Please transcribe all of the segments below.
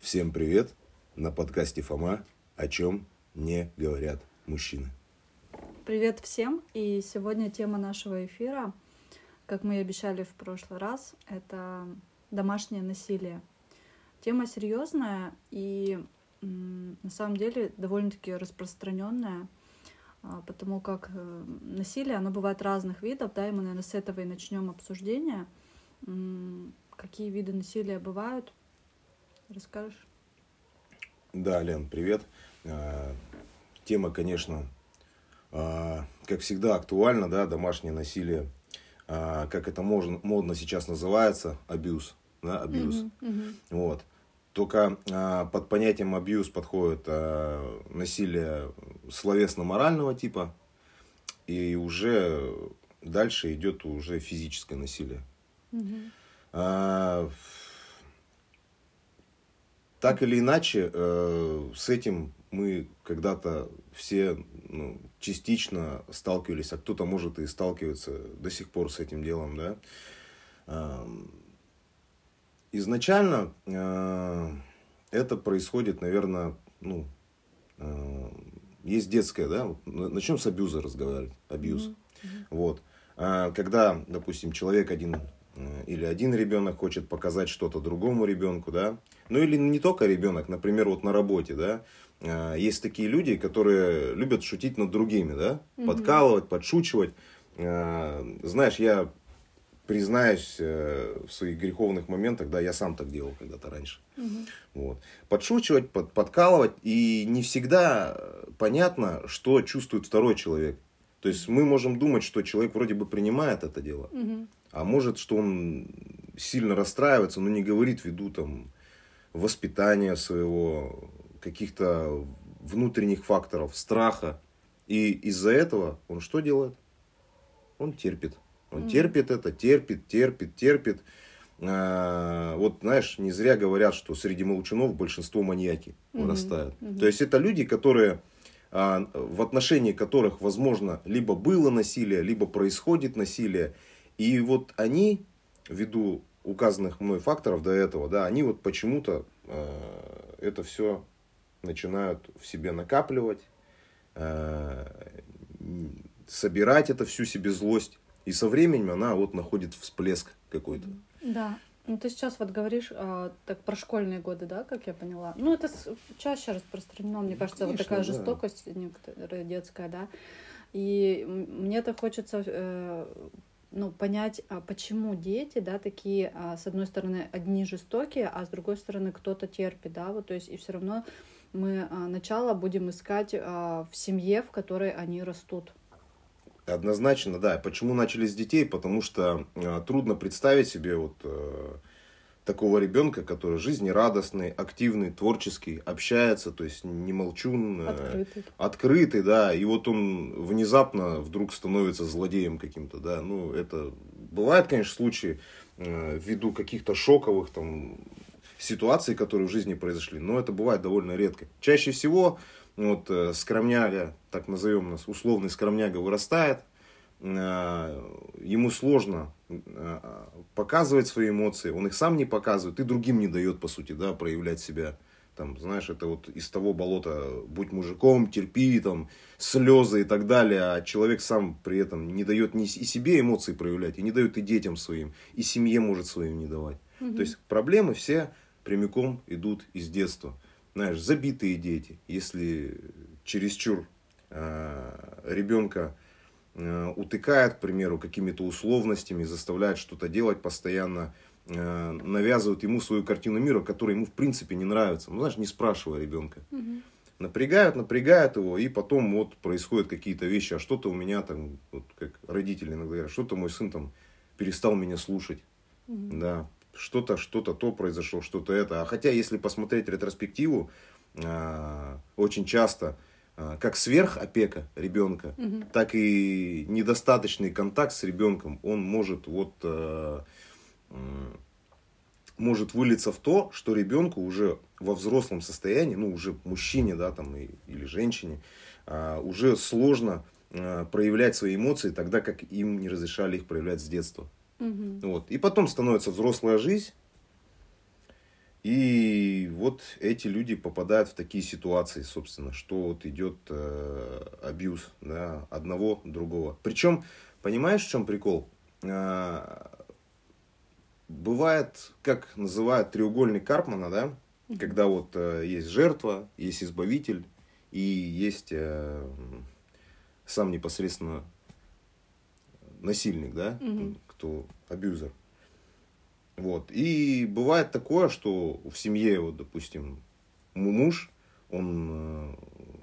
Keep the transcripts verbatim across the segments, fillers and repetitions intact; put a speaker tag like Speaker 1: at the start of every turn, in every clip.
Speaker 1: Всем привет! На подкасте Фома «О чем не говорят мужчины».
Speaker 2: Привет всем! И сегодня тема нашего эфира, как мы и обещали в прошлый раз, это домашнее насилие. Тема серьезная и м, на самом деле довольно-таки распространенная, а, потому как э, насилие, оно бывает разных видов, да, и мы, наверное, с этого и начнем обсуждение. М, какие виды насилия бывают? Расскажешь?
Speaker 1: Да, Лен, привет. А, Тема, конечно, а, как всегда актуальна, да, домашнее насилие. А, Как это можно, модно сейчас называется, абьюз, да, абьюз.
Speaker 2: Мгм, мгм.
Speaker 1: Вот. Только а, под понятием абьюз подходит а, насилие словесно-морального типа, и уже дальше идет уже физическое насилие.
Speaker 2: Мгм.
Speaker 1: А, Так или иначе, э, с этим мы когда-то все ну, частично сталкивались, а кто-то может и сталкиваться до сих пор с этим делом, да. А, Изначально э, это происходит, наверное, ну, э, есть детское, да, вот начнем с абьюза разговаривать, абьюз.
Speaker 2: Мгм, мгм.
Speaker 1: Вот. А, Когда, допустим, человек один э, или один ребенок хочет показать что-то другому ребенку, да, ну или не только ребенок, например, вот на работе, да, э, есть такие люди, которые любят шутить над другими, да,
Speaker 2: Мгм.
Speaker 1: подкалывать, подшучивать. Э, Знаешь, я признаюсь э, в своих греховных моментах, да, я сам так делал когда-то раньше.
Speaker 2: Мгм.
Speaker 1: Вот. Подшучивать, под, подкалывать, и не всегда понятно, что чувствует второй человек. То есть мы можем думать, что человек вроде бы принимает это дело,
Speaker 2: Мгм.
Speaker 1: а может, что он сильно расстраивается, но не говорит ввиду там воспитания своего, каких-то внутренних факторов, страха. И из-за этого он что делает? Он терпит. Он
Speaker 2: Мгм.
Speaker 1: терпит это, терпит, терпит, терпит. А, Вот, знаешь, не зря говорят, что среди молчунов большинство маньяки
Speaker 2: Мгм.
Speaker 1: вырастают.
Speaker 2: Мгм.
Speaker 1: То есть это люди, которые, а, в отношении которых, возможно, либо было насилие, либо происходит насилие. И вот они, ввиду указанных мной факторов до этого, да, они вот почему-то а, это все начинают в себе накапливать, а, собирать это всю себе злость. И со временем она вот находит всплеск какой-то.
Speaker 2: Да. Ну, ты сейчас вот говоришь а, так про школьные годы, да, как я поняла. Ну, это с- чаще распространено, мне
Speaker 1: Ну,
Speaker 2: кажется, вот
Speaker 1: конечно,
Speaker 2: такая
Speaker 1: да.
Speaker 2: жестокость некоторая детская, да. И м, мне-то хочется э, ну, понять, а почему дети, да, такие, а, с одной стороны, одни жестокие, а с другой стороны, кто-то терпит, да, вот, то есть, и все равно мы а, начало будем искать а, в семье, в которой они растут.
Speaker 1: Однозначно, да. Почему начали с детей? Потому что э, трудно представить себе вот э, такого ребенка, который жизнерадостный, активный, творческий, общается, то есть не молчун, э,
Speaker 2: Открытый.
Speaker 1: открытый, да. И вот он внезапно вдруг становится злодеем каким-то, да. Ну, это бывает, конечно, случаи э, ввиду каких-то шоковых там ситуаций, которые в жизни произошли, но это бывает довольно редко. Чаще всего вот э, скромняга, так назовем нас, условный скромняга вырастает, э, ему сложно э, показывать свои эмоции, он их сам не показывает и другим не дает, по сути, да, проявлять себя. Там, знаешь, это вот из того болота будь мужиком, терпи, там, слезы и так далее, а человек сам при этом не дает ни и себе эмоции проявлять, и не дает и детям своим, и семье может своим не давать.
Speaker 2: Мгм.
Speaker 1: То есть проблемы все прямиком идут из детства. Знаешь, забитые дети, если чересчур э, ребенка э, утыкает, к примеру, какими-то условностями, заставляет что-то делать постоянно, э, навязывают ему свою картину мира, которая ему в принципе не нравится. Ну, знаешь, не спрашивая ребенка.
Speaker 2: Мгм.
Speaker 1: Напрягают, напрягают его, и потом вот происходят какие-то вещи, а что-то у меня там, вот как родители иногда говорят, что-то мой сын там перестал меня слушать.
Speaker 2: Мгм.
Speaker 1: Да, что-то, что-то то произошло, что-то это. А хотя, если посмотреть ретроспективу, а, очень часто а, как сверхопека ребенка,
Speaker 2: Мгм.
Speaker 1: так и недостаточный контакт с ребенком, он может вот а, м, может вылиться в то, что ребенку уже во взрослом состоянии, ну уже мужчине, да, там и- или женщине, а, уже сложно а, проявлять свои эмоции тогда, как им не разрешали их проявлять с детства.
Speaker 2: Мгм.
Speaker 1: Вот. И потом становится взрослая жизнь. И вот эти люди попадают в такие ситуации, собственно, что вот идет э, абьюз, да, одного другого. Причем, понимаешь, в чем прикол? Э, бывает, как называют треугольник Карпмана, да, mm-hmm. когда вот э, есть жертва, есть избавитель и есть э, сам непосредственно насильник, да, mm-hmm. кто абьюзер. Вот. И бывает такое, что в семье, вот, допустим, муж, он э,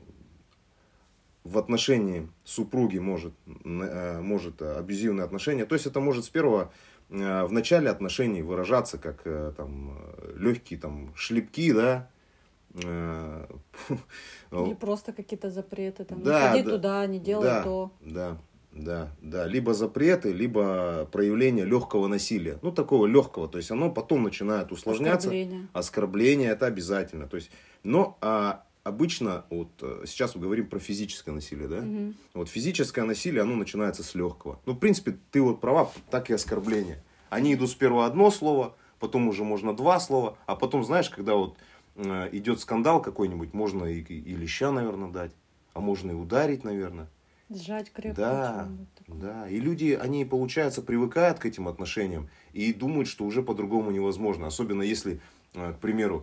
Speaker 1: в отношении супруги может, э, может абьюзивные отношения. То есть это может с первого, э, в начале отношений выражаться как э, там, легкие там, шлепки, да.
Speaker 2: Э, Или просто какие-то запреты, там,
Speaker 1: да,
Speaker 2: не ходи
Speaker 1: да,
Speaker 2: туда, не делай
Speaker 1: да,
Speaker 2: то.
Speaker 1: Да. Да, да, либо запреты, либо проявление легкого насилия. Ну, такого легкого. То есть оно потом начинает усложняться.
Speaker 2: Оскорбление.
Speaker 1: Оскорбление это обязательно. То есть, но а, обычно, вот сейчас мы говорим про физическое насилие, да?
Speaker 2: Угу.
Speaker 1: Вот физическое насилие, оно начинается с легкого. Ну, в принципе, ты вот права, так и оскорбление. Они идут сперва одно слово, потом уже можно два слова, а потом, знаешь, когда вот э, идет скандал какой-нибудь, можно и, и леща, наверное, дать, а можно и ударить, наверное.
Speaker 2: Сжать крепко.
Speaker 1: Да, да. И люди, они, получается, привыкают к этим отношениям и думают, что уже по-другому невозможно. Особенно если, к примеру,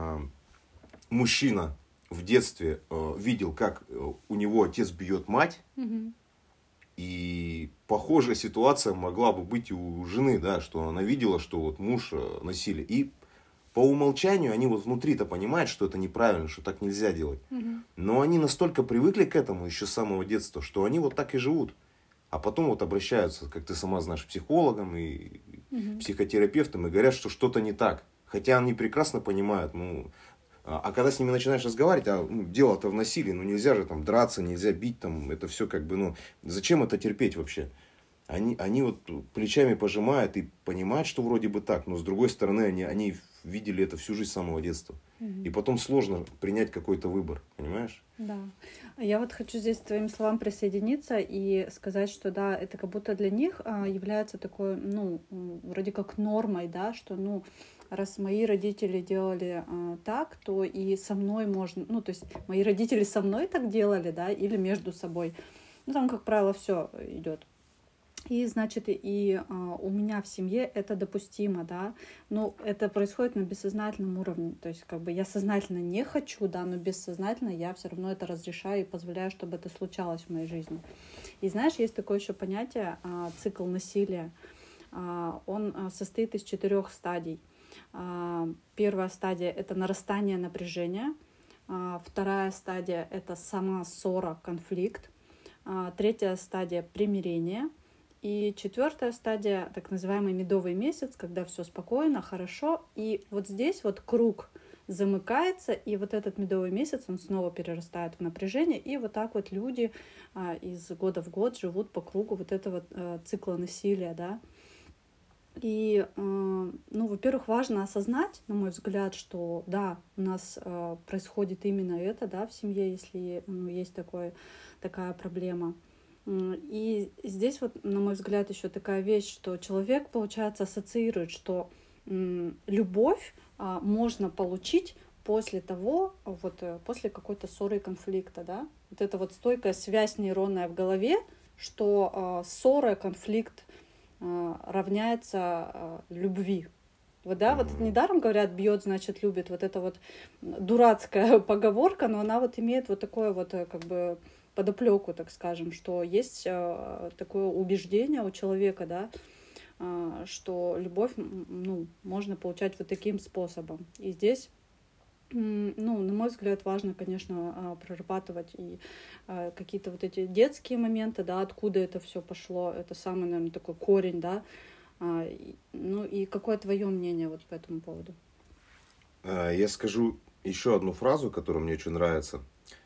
Speaker 1: мужчина в детстве видел, как у него отец бьет мать,
Speaker 2: угу.
Speaker 1: и похожая ситуация могла бы быть и у жены, да, что она видела, что вот муж насилие. И по умолчанию они вот внутри-то понимают, что это неправильно, что так нельзя делать.
Speaker 2: Угу.
Speaker 1: Но они настолько привыкли к этому еще с самого детства, что они вот так и живут. А потом вот обращаются, как ты сама знаешь, к психологам и
Speaker 2: угу.
Speaker 1: психотерапевтам и говорят, что что-то не так. Хотя они прекрасно понимают, ну, а, а когда с ними начинаешь разговаривать, а ну, дело-то в насилии, ну нельзя же там драться, нельзя бить, там, это все как бы, ну, зачем это терпеть вообще? Они, они вот плечами пожимают и понимают, что вроде бы так, но с другой стороны, они, они видели это всю жизнь с самого детства.
Speaker 2: Угу.
Speaker 1: И потом сложно принять какой-то выбор, понимаешь?
Speaker 2: Да. Я вот хочу здесь к твоим словам присоединиться и сказать, что да, это как будто для них а, является такой, ну, вроде как нормой, да, что, ну, раз мои родители делали а, так, то и со мной можно, ну, то есть мои родители со мной так делали, да, или между собой. Ну, там, как правило, все идет. И, значит, и а, у меня в семье это допустимо, да, но это происходит на бессознательном уровне, то есть как бы я сознательно не хочу, да, но бессознательно я все равно это разрешаю и позволяю, чтобы это случалось в моей жизни. И знаешь, есть такое еще понятие а, цикл насилия, а, он состоит из четырех стадий. А, первая стадия — это нарастание напряжения, а, вторая стадия — это сама ссора, конфликт, а, третья стадия — примирение. И четвертая стадия, так называемый медовый месяц, когда все спокойно, хорошо. И вот здесь вот круг замыкается, и вот этот медовый месяц, он снова перерастает в напряжение. И вот так вот люди а, из года в год живут по кругу вот этого а, цикла насилия, да. И, а, ну, во-первых, важно осознать, на мой взгляд, что да, у нас а, происходит именно это, да, в семье, если ну, есть такой, такая проблема. И здесь вот, на мой взгляд, еще такая вещь, что человек, получается, ассоциирует, что м, любовь а, можно получить после того, вот после какой-то ссоры и конфликта, да. Вот эта вот стойкая связь нейронная в голове, что а, ссора, конфликт а, равняется а, любви. Вот, да, вот недаром говорят, бьет, значит, любит. Вот это вот дурацкая поговорка, но она вот имеет вот такое вот, как бы, подоплеку, так скажем, что есть э, такое убеждение у человека, да, э, что любовь, ну, можно получать вот таким способом. И здесь, э, ну, на мой взгляд, важно, конечно, э, прорабатывать и э, какие-то вот эти детские моменты, да, откуда это все пошло, это самый, наверное, такой корень, да. Э, ну и какое твое мнение вот по этому поводу?
Speaker 1: Я скажу еще одну фразу, которая мне очень нравится.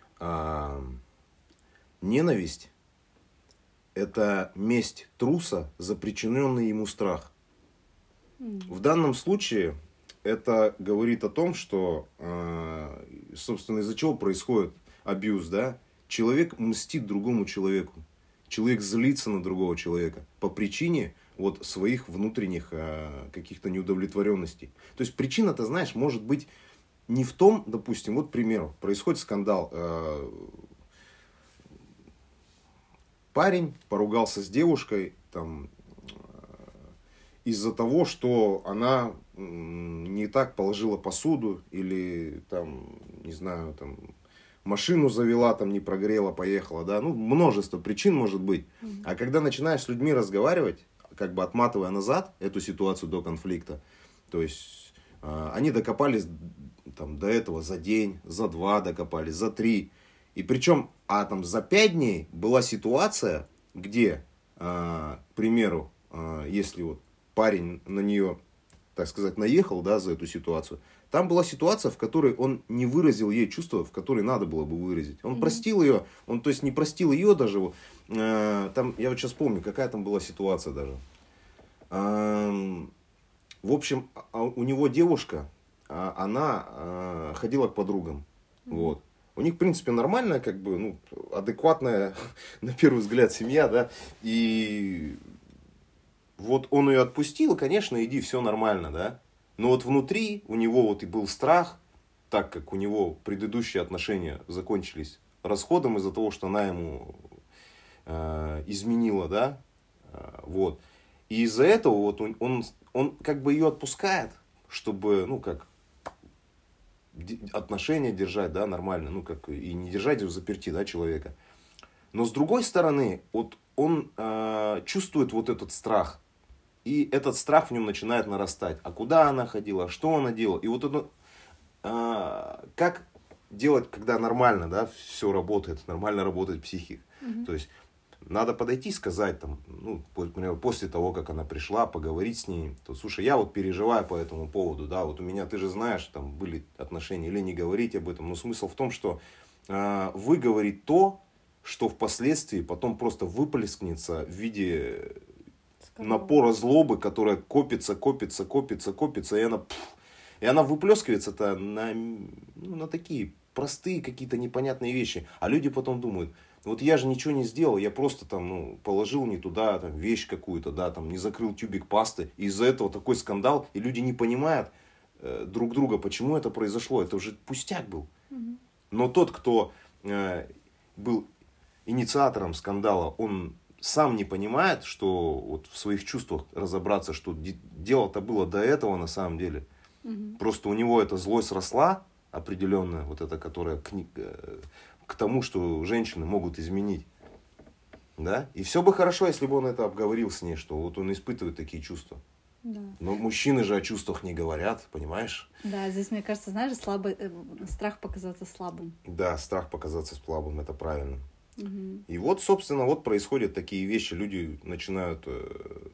Speaker 1: Ненависть – это месть труса за причиненный ему страх. Mm. В данном случае это говорит о том, что, собственно, из-за чего происходит абьюз, да? Человек мстит другому человеку. Человек злится на другого человека по причине вот своих внутренних каких-то неудовлетворенностей. То есть причина-то, знаешь, может быть не в том, допустим, вот, к примеру, происходит скандал. Э, парень поругался с девушкой там, из-за того, что она не так положила посуду или там, не знаю, там машину завела, там не прогрела, поехала, да, ну, множество причин может быть. Mm-hmm. А когда начинаешь с людьми разговаривать, как бы отматывая назад эту ситуацию до конфликта, то есть э, они докопались там до этого за день, за два докопались, за три. И причем, а там за пять дней была ситуация, где, э, к примеру, э, если вот парень на нее, так сказать, наехал, да, за эту ситуацию, там была ситуация, в которой он не выразил ей чувства, в которые надо было бы выразить. Он mm-hmm. простил ее, он, то есть, не простил ее даже. Э, там, я вот сейчас помню, какая там была ситуация даже. Э, в общем, у него девушка, она э, ходила к подругам. Mm-hmm. Вот. У них, в принципе, нормальная, как бы, ну, адекватная, на первый взгляд, семья, да, и вот он ее отпустил, конечно, иди, все нормально, да. Но вот внутри у него вот и был страх, так как у него предыдущие отношения закончились расходом из-за того, что она ему э, изменила, да, э, вот. И из-за этого вот он, он, он как бы ее отпускает, чтобы, ну, как, отношения держать, да, нормально, ну, как, и не держать в заперти, да, человека. Но с другой стороны, вот он э, чувствует вот этот страх. И этот страх в нем начинает нарастать. А куда она ходила, что она делала? И вот это, а, как делать, когда нормально, да, все работает, нормально работает психика. Mm-hmm. То есть надо подойти и сказать, там, ну, например, после того, как она пришла, поговорить с ней, то, слушай, я вот переживаю по этому поводу, да, вот у меня, ты же знаешь, там были отношения, или не говорить об этом. Но смысл в том, что а, выговорить то, что впоследствии потом просто выплеснется в виде напора злобы, которая копится, копится, копится, копится, и она, пфф, и она выплескивается-то на, ну, на такие простые какие-то непонятные вещи. А люди потом думают, вот я же ничего не сделал, я просто там, ну, положил не туда там, вещь какую-то, да, там, не закрыл тюбик пасты, и из-за этого такой скандал, и люди не понимают э, друг друга, почему это произошло, это уже пустяк был. Mm-hmm. Но тот, кто э, был инициатором скандала, он сам не понимает, что вот в своих чувствах разобраться, что дело-то было до этого на самом деле. Угу. Просто у него эта злость росла определенная, вот эта, которая к, к тому, что женщины могут изменить. Да? И все бы хорошо, если бы он это обговорил с ней, что вот он испытывает такие чувства. Да. Но мужчины же о чувствах не говорят, понимаешь?
Speaker 2: Да, здесь, мне кажется, знаешь, слабый, э, страх показаться слабым.
Speaker 1: Да, страх показаться слабым, это правильно. Угу. И вот, собственно, вот происходят такие вещи. Люди начинают э,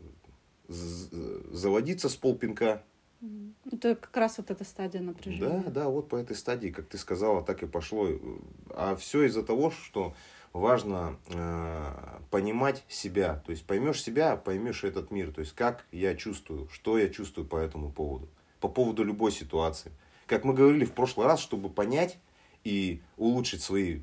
Speaker 1: заводиться с полпинка.
Speaker 2: Это как раз вот эта стадия напряжения.
Speaker 1: Да, да, вот по этой стадии, как ты сказала, так и пошло. А все из-за того, что важно э, понимать себя. То есть поймешь себя, поймешь этот мир. То есть как я чувствую, что я чувствую по этому поводу. По поводу любой ситуации. Как мы говорили в прошлый раз, чтобы понять и улучшить свои,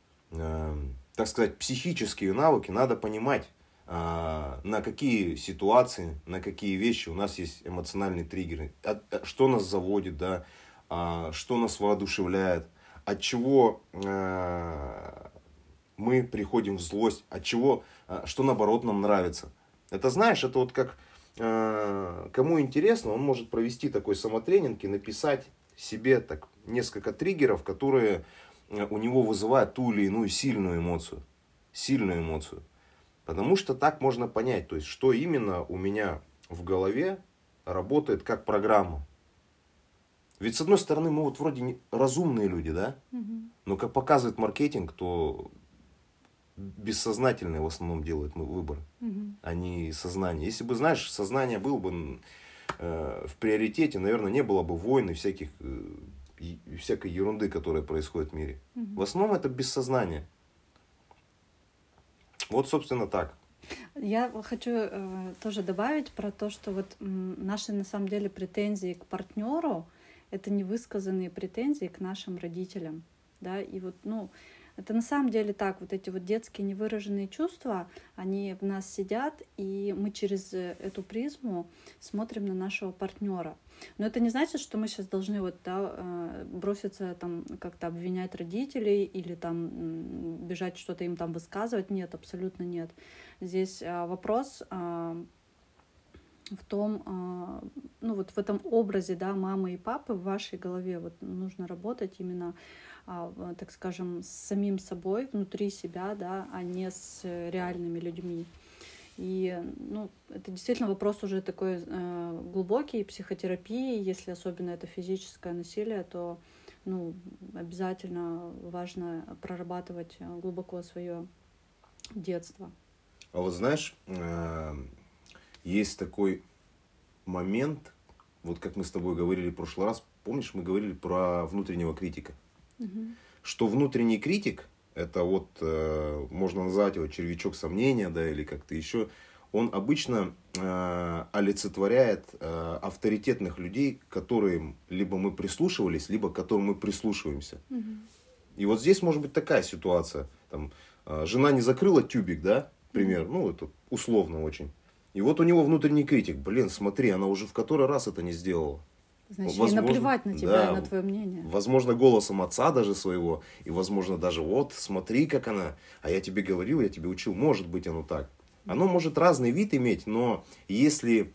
Speaker 1: э, так сказать, психические навыки, надо понимать, э, на какие ситуации, на какие вещи у нас есть эмоциональные триггеры. От, что нас заводит, да, э, что нас воодушевляет, от чего э, мы приходим в злость, от чего, э, что наоборот нам нравится. Это, знаешь, это вот как, э, кому интересно, он может провести такой самотренинг и написать себе так несколько триггеров, которые у него вызывают ту или иную сильную эмоцию. Сильную эмоцию. Потому что так можно понять, то есть, что именно у меня в голове работает как программа. Ведь, с одной стороны, мы вот вроде не разумные люди, да? Угу. Но, как показывает маркетинг, то бессознательные в основном делают выбор, угу. а не сознание. Если бы, знаешь, сознание было бы э, в приоритете, наверное, не было бы войн и всяких... Э, и всякой ерунды, которая происходит в мире. Угу. В основном это бессознание. Вот, собственно, так.
Speaker 2: Я хочу э, тоже добавить про то, что вот м, наши, на самом деле, претензии к партнеру — это невысказанные претензии к нашим родителям. Да? И вот, ну, Это на самом деле так, вот эти вот детские невыраженные чувства, они в нас сидят, и мы через эту призму смотрим на нашего партнера. Но это не значит, что мы сейчас должны вот, да, броситься там как-то обвинять родителей или там бежать что-то им там высказывать. Нет, абсолютно нет. Здесь вопрос в том, ну вот в этом образе, да, мамы и папы в вашей голове вот нужно работать именно, так скажем, с самим собой, внутри себя, да, а не с реальными людьми. И, ну, это действительно вопрос уже такой э, глубокий, психотерапии, если особенно это физическое насилие, то, ну, обязательно важно прорабатывать глубоко свое детство.
Speaker 1: А вот знаешь, э, есть такой момент, вот как мы с тобой говорили в прошлый раз, помнишь, мы говорили про внутреннего критика,
Speaker 2: Угу.
Speaker 1: что внутренний критик, это вот, э, можно назвать его червячок сомнения, да, или как-то еще, он обычно э, олицетворяет э, авторитетных людей, к которым либо мы прислушивались, либо к которым мы прислушиваемся.
Speaker 2: Угу.
Speaker 1: И вот здесь может быть такая ситуация, там, э, жена не закрыла тюбик, да, пример, ну, это условно очень. И вот у него внутренний критик, блин, смотри, она уже в который раз это не сделала.
Speaker 2: Значит,
Speaker 1: Возможно,
Speaker 2: ей наплевать на тебя,
Speaker 1: да,
Speaker 2: на твое мнение.
Speaker 1: Возможно, голосом отца даже своего. И, возможно, даже вот, смотри, как она. А я тебе говорил, я тебе учил. Может быть, оно так. Оно может разный вид иметь, но если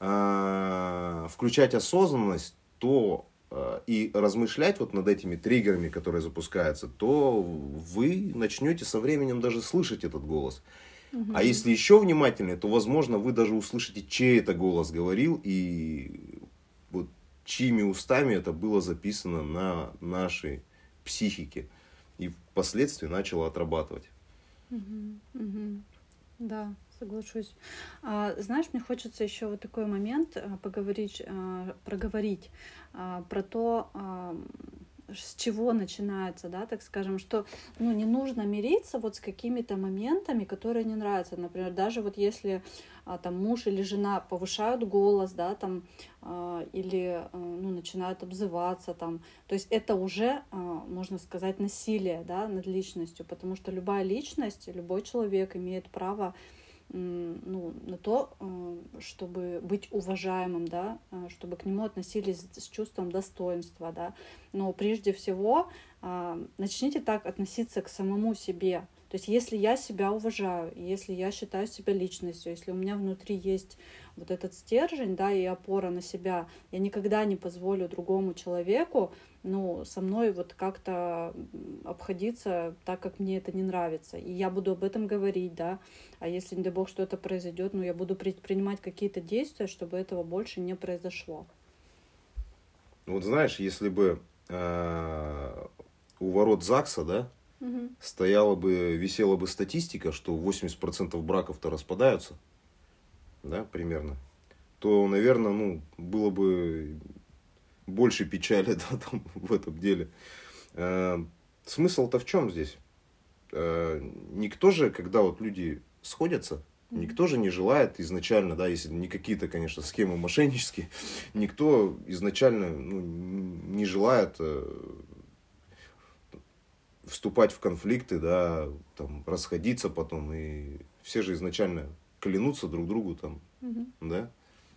Speaker 1: э, включать осознанность, то э, и размышлять вот над этими триггерами, которые запускаются, то вы начнете со временем даже слышать этот голос.
Speaker 2: Угу.
Speaker 1: А если еще внимательнее, то, возможно, вы даже услышите, чей это голос говорил, и вот чьими устами это было записано на нашей психике. И впоследствии начало отрабатывать.
Speaker 2: Угу, угу. Да, соглашусь. А, знаешь, мне хочется еще вот такой момент а, поговорить, а, проговорить а, про то, а, с чего начинается, да, так скажем, что, ну, не нужно мириться вот с какими-то моментами, которые не нравятся. Например, даже вот если а, там муж или жена повышают голос, да, там, а, или, а, ну, начинают обзываться, там, то есть это уже, а, можно сказать, насилие, да, над личностью, потому что любая личность, любой человек имеет право, ну, на то, чтобы быть уважаемым, да, чтобы к нему относились с чувством достоинства, да. Но прежде всего начните так относиться к самому себе. То есть если я себя уважаю, если я считаю себя личностью, если у меня внутри есть вот этот стержень, да, и опора на себя, я никогда не позволю другому человеку, ну, со мной вот как-то обходиться так, как мне это не нравится. И я буду об этом говорить, да. А если, не дай бог, что-то произойдет, ну, я буду предпринимать какие-то действия, чтобы этого больше не произошло.
Speaker 1: Вот знаешь, если бы э, у ворот ЗАГСа, да, угу. стояла бы, висела бы статистика, что восемьдесят процентов браков-то распадаются, да, примерно, то, наверное, ну, было бы больше печали, да, там, в этом деле. Э, смысл-то в чем здесь? Э, никто же, когда вот люди сходятся, mm-hmm. никто же не желает изначально, да, если не какие-то, конечно, схемы мошеннические, никто изначально, ну, не желает э, вступать в конфликты, да, там, расходиться потом, и все же изначально клянутся друг другу там, mm-hmm. да.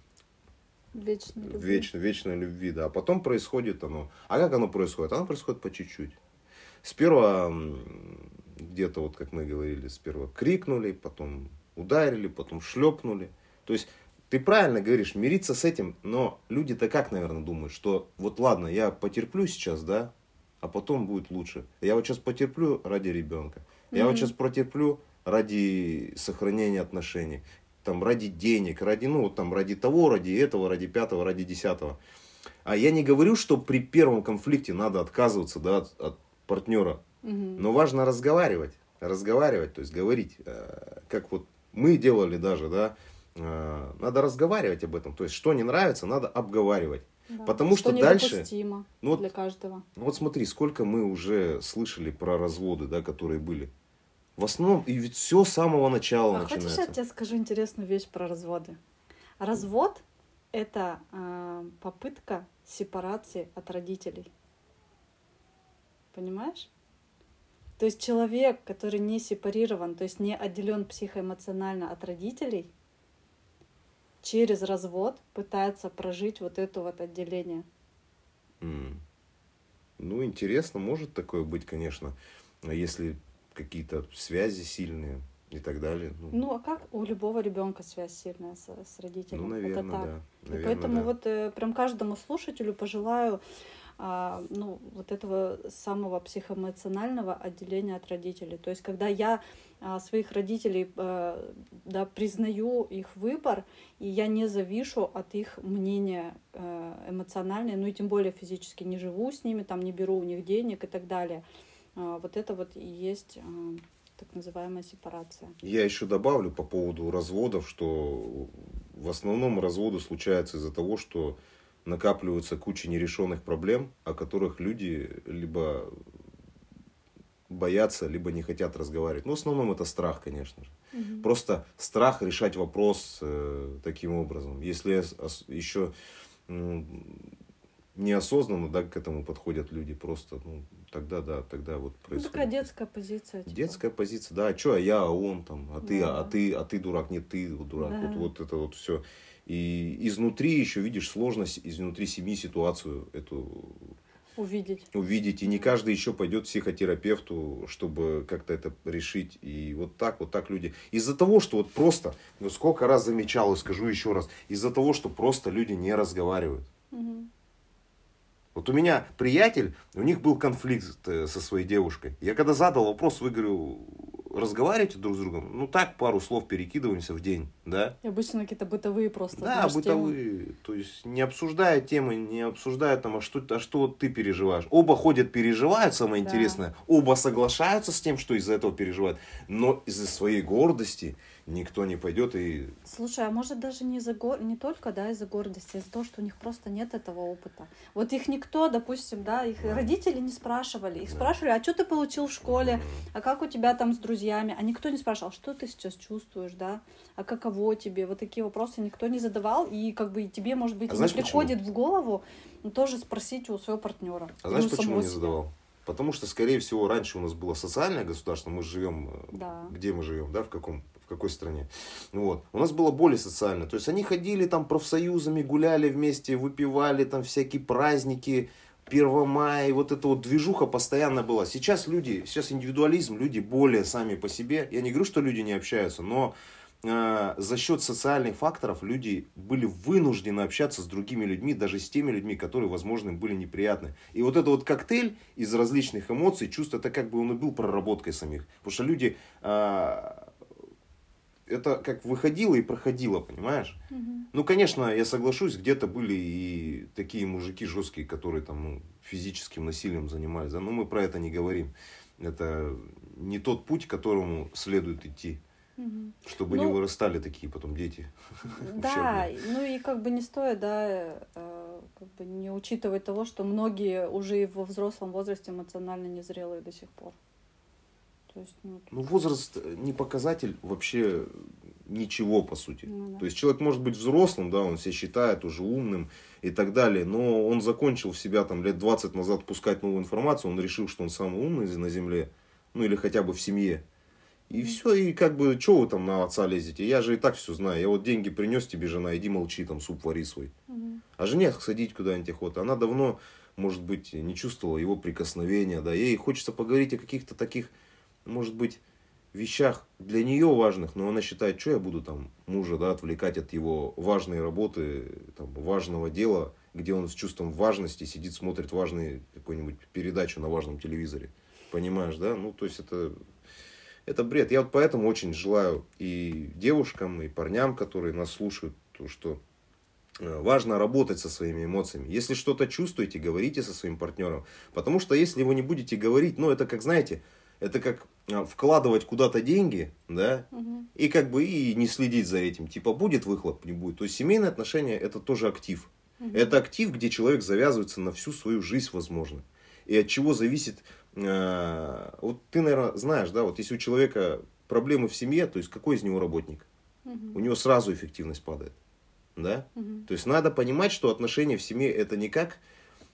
Speaker 2: Вечной любви.
Speaker 1: Вечно, вечной любви, да. А потом происходит оно. А как оно происходит? Оно происходит по чуть-чуть. Сперва где-то, вот как мы говорили, сперва крикнули, потом ударили, потом шлепнули. То есть ты правильно говоришь, мириться с этим, но люди-то как, наверное, думают, что вот ладно, я потерплю сейчас, да, а потом будет лучше. Я вот сейчас потерплю ради ребенка. Я mm-hmm. вот сейчас потерплю ради сохранения отношений. Там, ради денег, ради, ну, там, ради того, ради этого, ради пятого, ради десятого. А я не говорю, что при первом конфликте надо отказываться, да, от, от партнера. Угу. Но важно разговаривать, разговаривать, то есть говорить, э, как вот мы делали даже, да, э, надо разговаривать об этом. То есть, что не нравится, надо обговаривать.
Speaker 2: Да.
Speaker 1: Потому что,
Speaker 2: что
Speaker 1: дальше...
Speaker 2: недопустимо
Speaker 1: ну,
Speaker 2: для каждого.
Speaker 1: Ну, вот смотри, сколько мы уже слышали про разводы, да, которые были. В основном, и ведь все с самого начала
Speaker 2: а
Speaker 1: начинается.
Speaker 2: Хочешь, я тебе скажу интересную вещь про разводы? Развод — это э, попытка сепарации от родителей. Понимаешь? То То есть человек, который не сепарирован, то есть не отделен психоэмоционально от родителей, через развод пытается прожить вот это вот отделение.
Speaker 1: Mm. Ну, интересно, может такое быть, конечно, если какие-то связи сильные и так далее.
Speaker 2: Ну, ну а как у любого ребенка связь сильная с, с родителем?
Speaker 1: Ну, наверное,
Speaker 2: это так.
Speaker 1: Да.
Speaker 2: И
Speaker 1: наверное,
Speaker 2: поэтому
Speaker 1: да.
Speaker 2: вот э, прям каждому слушателю пожелаю а, ну, вот этого самого психоэмоционального отделения от родителей. То есть, когда я а, своих родителей а, да, признаю их выбор, и я не завишу от их мнения а, эмоционального, ну и тем более физически не живу с ними, там не беру у них денег и так далее. А, вот это вот и есть а, так называемая сепарация.
Speaker 1: Я еще добавлю по поводу разводов, что в основном разводы случаются из-за того, что накапливается куча нерешенных проблем, о которых люди либо боятся, либо не хотят разговаривать. Ну, в основном это страх, конечно же.
Speaker 2: Угу.
Speaker 1: Просто страх решать вопрос э, таким образом. Если еще ну, неосознанно, да, к этому подходят люди, просто, ну, тогда, да, тогда вот происходит.
Speaker 2: Ну, такая детская позиция. Типа.
Speaker 1: Детская позиция, да, а что, а я, а он там, а ты,
Speaker 2: да.
Speaker 1: а, а ты, а ты дурак, нет, ты дурак,
Speaker 2: да.
Speaker 1: вот, вот это вот все. И изнутри еще видишь сложность, изнутри семьи ситуацию эту
Speaker 2: увидеть.
Speaker 1: увидеть. И не каждый еще пойдет к психотерапевту, чтобы как-то это решить. И вот так, вот так люди. Из-за того, что вот просто, ну сколько раз замечал и скажу еще раз, из-за того, что просто люди не разговаривают.
Speaker 2: Угу.
Speaker 1: Вот у меня приятель, у них был конфликт со своей девушкой. Я когда задал вопрос, вы, говорю, разговариваете друг с другом? Ну так, пару слов перекидываемся в день, да?
Speaker 2: И обычно какие-то бытовые просто.
Speaker 1: Да,
Speaker 2: знаешь,
Speaker 1: бытовые.
Speaker 2: Темы.
Speaker 1: То есть не обсуждая темы, не обсуждая там, а что, а что ты переживаешь. Оба ходят, переживают, самое
Speaker 2: да.
Speaker 1: интересное. Оба соглашаются с тем, что из-за этого переживают. Но из-за своей гордости никто не пойдет и...
Speaker 2: Слушай, а может даже не, из-за гор... не только да, из-за гордости, а из-за того, что у них просто нет этого опыта. Вот их никто, допустим, да, их да. родители не спрашивали. Их да. спрашивали, а что ты получил в школе, а как у тебя там с друзьями. А никто не спрашивал, что ты сейчас чувствуешь, да, а каково тебе. Вот такие вопросы никто не задавал. И как бы тебе, может быть, а не приходит почему? в голову тоже спросить у своего партнера.
Speaker 1: А знаешь, почему не задавал? Потому что, скорее всего, раньше у нас было социальное государство, мы живем,
Speaker 2: да.
Speaker 1: где мы живем, да, в каком, в какой стране. Вот. У нас было более социально. То есть они ходили там профсоюзами, гуляли вместе, выпивали там всякие праздники, первого мая, вот эта вот движуха постоянно была. Сейчас люди, сейчас индивидуализм, люди более сами по себе. Я не говорю, что люди не общаются, но э, за счет социальных факторов люди были вынуждены общаться с другими людьми, даже с теми людьми, которые, возможно, им были неприятны. И вот этот вот коктейль из различных эмоций, чувств, это как бы он и был проработкой самих. Потому что люди... Э, это как выходило и проходило, понимаешь?
Speaker 2: Mm-hmm.
Speaker 1: Ну, конечно, я соглашусь, где-то были и такие мужики жесткие, которые там ну, физическим насилием занимались, да? Но мы про это не говорим. Это не тот путь, к которому следует идти,
Speaker 2: mm-hmm.
Speaker 1: чтобы ну, не вырастали такие потом дети.
Speaker 2: Да, ну и как бы не стоит, да, как бы не учитывать того, что многие уже и во взрослом возрасте эмоционально незрелые до сих пор. То есть, ну,
Speaker 1: ну, возраст не показатель вообще ничего, по сути.
Speaker 2: Ну, да.
Speaker 1: То есть, человек может быть взрослым, да, он себя считает уже умным и так далее, но он закончил в себя там лет двадцать назад пускать новую информацию, он решил, что он самый умный на земле, ну, или хотя бы в семье. И mm-hmm. все, и как бы, что вы там на отца лезете? Я же и так все знаю. Я вот деньги принес тебе, жена, иди молчи, там, суп вари свой.
Speaker 2: Mm-hmm.
Speaker 1: А жене садить куда-нибудь охота. Она давно, может быть, не чувствовала его прикосновения, да, ей хочется поговорить о каких-то таких, может быть, вещах для нее важных, но она считает, что я буду там мужа, да, отвлекать от его важной работы, там, важного дела, где он с чувством важности сидит, смотрит важную какую-нибудь передачу на важном телевизоре. Понимаешь, да? Ну, то есть это, это бред. Я вот поэтому очень желаю и девушкам, и парням, которые нас слушают, то, что важно работать со своими эмоциями. Если что-то чувствуете, говорите со своим партнером. Потому что если вы не будете говорить, ну, это как, знаете, это как вкладывать куда-то деньги, да,
Speaker 2: угу.
Speaker 1: и как бы и не следить за этим. Типа будет выхлоп, не будет. То есть семейные отношения это тоже актив.
Speaker 2: Угу.
Speaker 1: Это актив, где человек завязывается на всю свою жизнь, возможно. И от чего зависит... Э, вот ты, наверное, знаешь, да, вот если у человека проблемы в семье, то есть какой из него работник?
Speaker 2: Угу.
Speaker 1: У него сразу эффективность падает. Да?
Speaker 2: Угу.
Speaker 1: То есть надо понимать, что отношения в семье это не как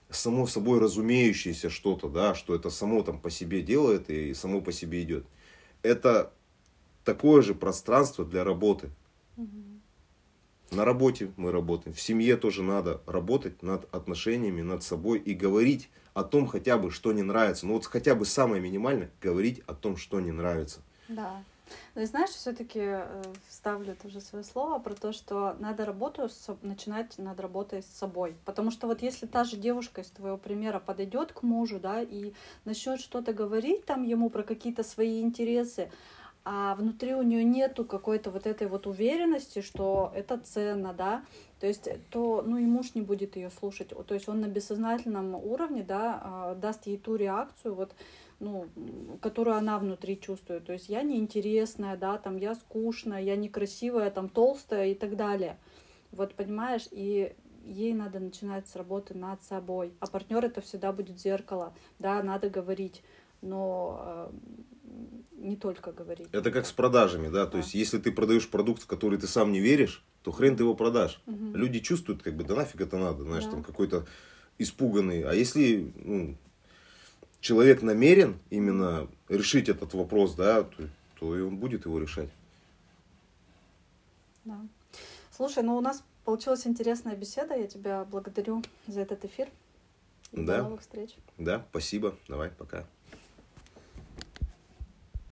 Speaker 1: само собой разумеющееся что-то, да, что это само там по себе делает и само по себе идет. Это такое же пространство для работы.
Speaker 2: Угу.
Speaker 1: На работе мы работаем, в семье тоже надо работать над отношениями, над собой и говорить о том хотя бы, что не нравится. Ну вот хотя бы самое минимальное, говорить о том, что не нравится.
Speaker 2: Да. Ну и знаешь, все-таки э, вставлю тоже свое слово про то, что надо работу с, начинать над работой с собой. Потому что вот если та же девушка из твоего примера подойдет к мужу, да, и начнет что-то говорить там ему про какие-то свои интересы, а внутри у нее нету какой-то вот этой вот уверенности, что это ценно, да, то есть, то, ну и муж не будет ее слушать, то есть он на бессознательном уровне, да, даст ей ту реакцию, вот, ну, которую она внутри чувствует, то есть я неинтересная, да, там, я скучная, я некрасивая, там, толстая и так далее, вот, понимаешь, и ей надо начинать с работы над собой, а партнер это всегда будет зеркало, да, надо говорить, но не только говорить.
Speaker 1: Это как с продажами, да, то
Speaker 2: да.
Speaker 1: есть если ты продаешь продукт, в который ты сам не веришь, то хрен ты его продашь.
Speaker 2: Угу.
Speaker 1: Люди чувствуют, как бы, да нафиг это надо, знаешь,
Speaker 2: да.
Speaker 1: там какой-то испуганный. А если ну, человек намерен именно решить этот вопрос, да, то, то и он будет его решать.
Speaker 2: Да. Слушай, ну у нас получилась интересная беседа, я тебя благодарю за этот эфир.
Speaker 1: Да.
Speaker 2: До новых встреч.
Speaker 1: Да, спасибо. Давай, пока.